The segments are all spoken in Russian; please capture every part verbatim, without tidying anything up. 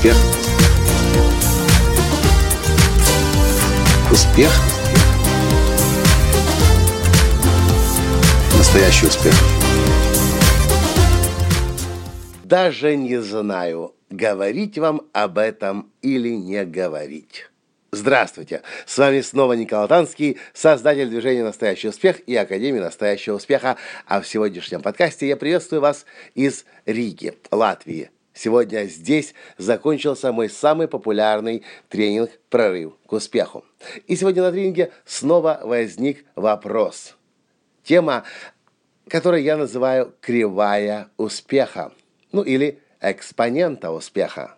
Успех. Успех. Настоящий успех. Даже не знаю, говорить вам об этом или не говорить. Здравствуйте! С вами снова Николай Танский, создатель движения «Настоящий успех» и Академии «Настоящего успеха». А в сегодняшнем подкасте я приветствую вас из Риги, Латвии. Сегодня здесь закончился мой самый популярный тренинг «Прорыв к успеху». И сегодня на тренинге снова возник вопрос. Тема, которую я называю «Кривая успеха», ну или «Экспонента успеха».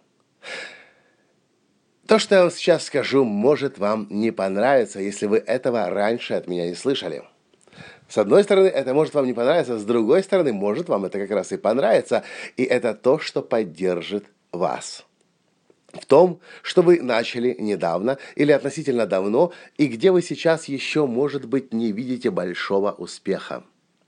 То, что я вам сейчас скажу, может вам не понравиться, если вы этого раньше от меня не слышали. С одной стороны, это может вам не понравиться, с другой стороны, может вам это как раз и понравится, и это то, что поддержит вас. В том, что вы начали недавно или относительно давно, и где вы сейчас еще, может быть, не видите большого успеха.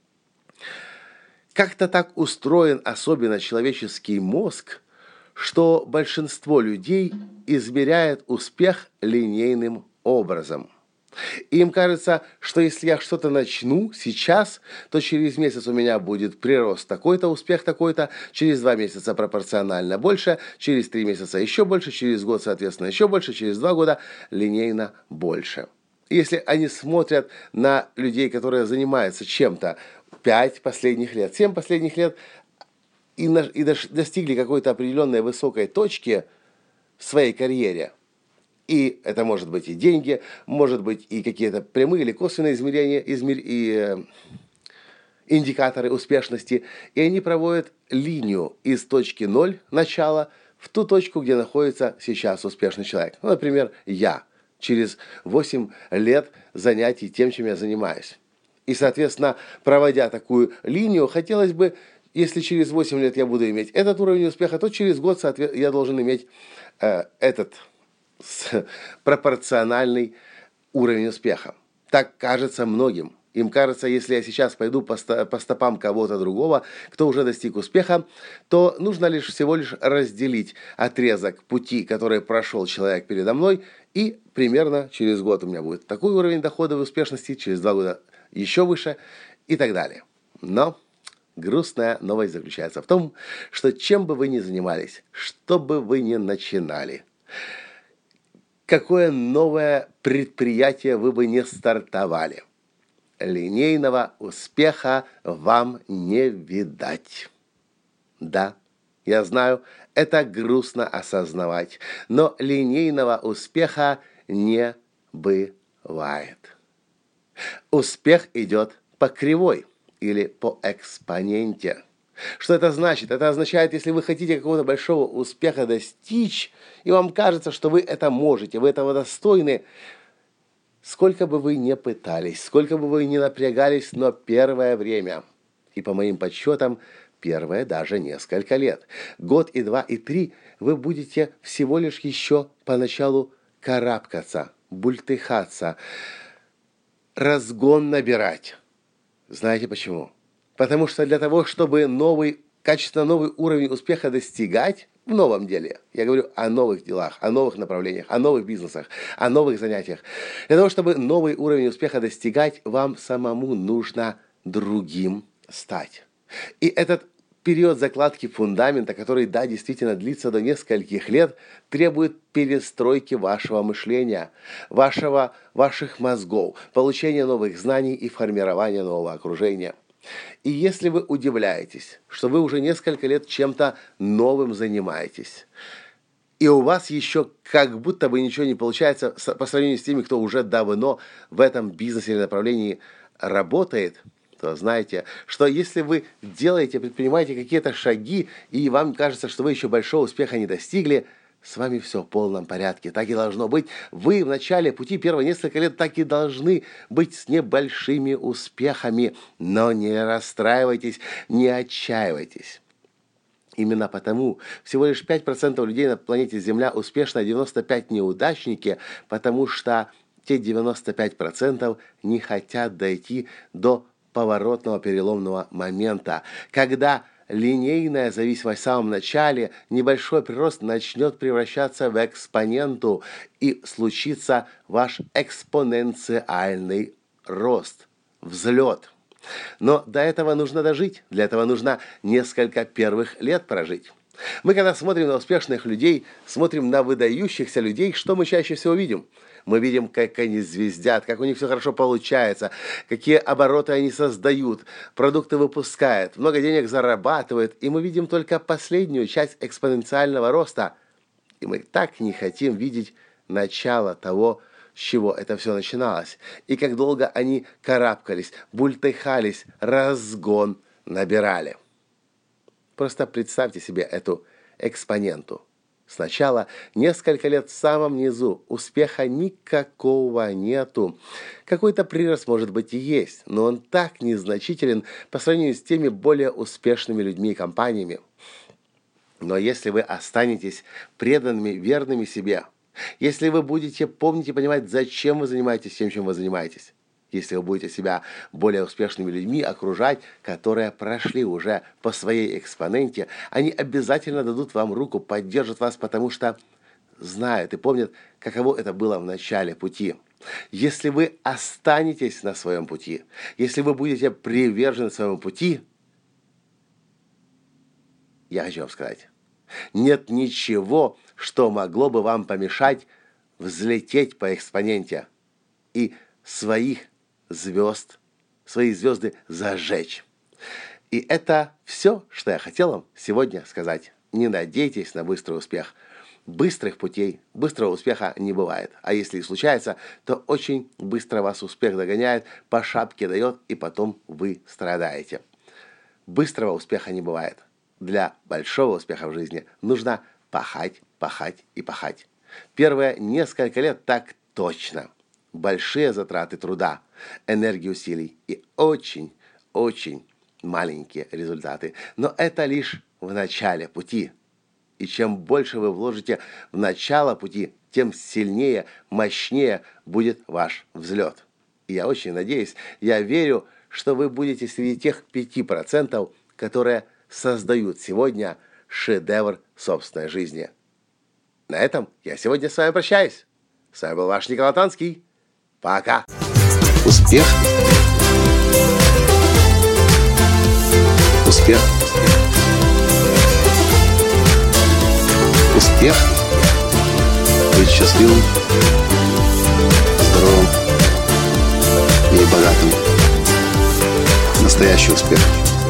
Как-то так устроен особенно человеческий мозг, что большинство людей измеряет успех линейным образом. Им кажется, что если я что-то начну сейчас, то через месяц у меня будет прирост такой-то, успех такой-то, через два месяца пропорционально больше, через три месяца еще больше, через год, соответственно, еще больше, через два года линейно больше. Если они смотрят на людей, которые занимаются чем-то пять последних лет, семь последних лет, и, на, и достигли какой-то определенной высокой точки в своей карьере, и это может быть и деньги, может быть и какие-то прямые или косвенные измерения, измер... и э, индикаторы успешности. И они проводят линию из точки ноль начала в ту точку, где находится сейчас успешный человек. Ну, например, я через восемь лет занятий тем, чем я занимаюсь. И, соответственно, проводя такую линию, хотелось бы, если через восемь лет я буду иметь этот уровень успеха, то через год я должен иметь э, этот пропорциональный уровень успеха. Так кажется многим. Им кажется, если я сейчас пойду по стопам кого-то другого, кто уже достиг успеха, то нужно лишь всего лишь разделить отрезок пути, который прошел человек передо мной, и примерно через год у меня будет такой уровень дохода и успешности, через два года еще выше и так далее. Но грустная новость заключается в том, что чем бы вы ни занимались, что бы вы ни начинали, какое новое предприятие вы бы не стартовали, линейного успеха вам не видать. Да, я знаю, это грустно осознавать, но линейного успеха не бывает. Успех идет по кривой или по экспоненте. Что это значит? Это означает, если вы хотите какого-то большого успеха достичь, и вам кажется, что вы это можете, вы этого достойны, сколько бы вы ни пытались, сколько бы вы ни напрягались, но первое время, и по моим подсчетам, первое даже несколько лет, год и два и три, вы будете всего лишь еще поначалу карабкаться, бультыхаться, разгон набирать. Знаете почему? Потому что для того, чтобы новый, качественно новый уровень успеха достигать в новом деле, я говорю о новых делах, о новых направлениях, о новых бизнесах, о новых занятиях. Для того, чтобы новый уровень успеха достигать, вам самому нужно другим стать. И этот период закладки фундамента, который, да, действительно длится до нескольких лет, требует перестройки вашего мышления, вашего, ваших мозгов, получения новых знаний и формирования нового окружения. И если вы удивляетесь, что вы уже несколько лет чем-то новым занимаетесь, и у вас еще как будто бы ничего не получается по сравнению с теми, кто уже давно в этом бизнесе или направлении работает, то знаете, что если вы делаете, предпринимаете какие-то шаги, и вам кажется, что вы еще большого успеха не достигли, с вами все в полном порядке. Так и должно быть. Вы в начале пути первые несколько лет так и должны быть с небольшими успехами. Но не расстраивайтесь, не отчаивайтесь. Именно потому всего лишь пять процентов людей на планете Земля успешно, а девяносто пять процентов неудачники, потому что те девяносто пять процентов не хотят дойти до поворотного переломного момента, когда линейная зависимость в самом начале, небольшой прирост начнет превращаться в экспоненту, и случится ваш экспоненциальный рост, взлет. Но до этого нужно дожить, для этого нужно несколько первых лет прожить. Мы, когда смотрим на успешных людей, смотрим на выдающихся людей, что мы чаще всего видим? Мы видим, как они звездят, как у них все хорошо получается, какие обороты они создают, продукты выпускают, много денег зарабатывают, и мы видим только последнюю часть экспоненциального роста. И мы так не хотим видеть начало того, с чего это все начиналось, и как долго они карабкались, бультыхались, разгон набирали. Просто представьте себе эту экспоненту. Сначала несколько лет в самом низу, успеха никакого нету. Какой-то прирост, может быть, и есть, но он так незначителен по сравнению с теми более успешными людьми и компаниями. Но если вы останетесь преданными, верными себе, если вы будете помнить и понимать, зачем вы занимаетесь тем, чем вы занимаетесь, если вы будете себя более успешными людьми окружать, которые прошли уже по своей экспоненте, они обязательно дадут вам руку, поддержат вас, потому что знают и помнят, каково это было в начале пути. Если вы останетесь на своем пути, если вы будете привержены своему пути, я хочу вам сказать, нет ничего, что могло бы вам помешать взлететь по экспоненте и своих звезд, свои звезды зажечь. И это все, что я хотел вам сегодня сказать. Не надейтесь на быстрый успех. Быстрых путей, быстрого успеха не бывает. А если и случается, то очень быстро вас успех догоняет, по шапке дает, и потом вы страдаете. Быстрого успеха не бывает. Для большого успеха в жизни нужно пахать, пахать и пахать. Первые несколько лет так точно. Большие затраты труда, энергии, усилий и очень-очень маленькие результаты. Но это лишь в начале пути. И чем больше вы вложите в начало пути, тем сильнее, мощнее будет ваш взлет. И я очень надеюсь, я верю, что вы будете среди тех пяти процентов, которые создают сегодня шедевр собственной жизни. На этом я сегодня с вами прощаюсь. С вами был ваш Николай Танский. Пока. Успех. Успех. Успех. Быть счастливым, здоровым и богатым. Настоящий успех.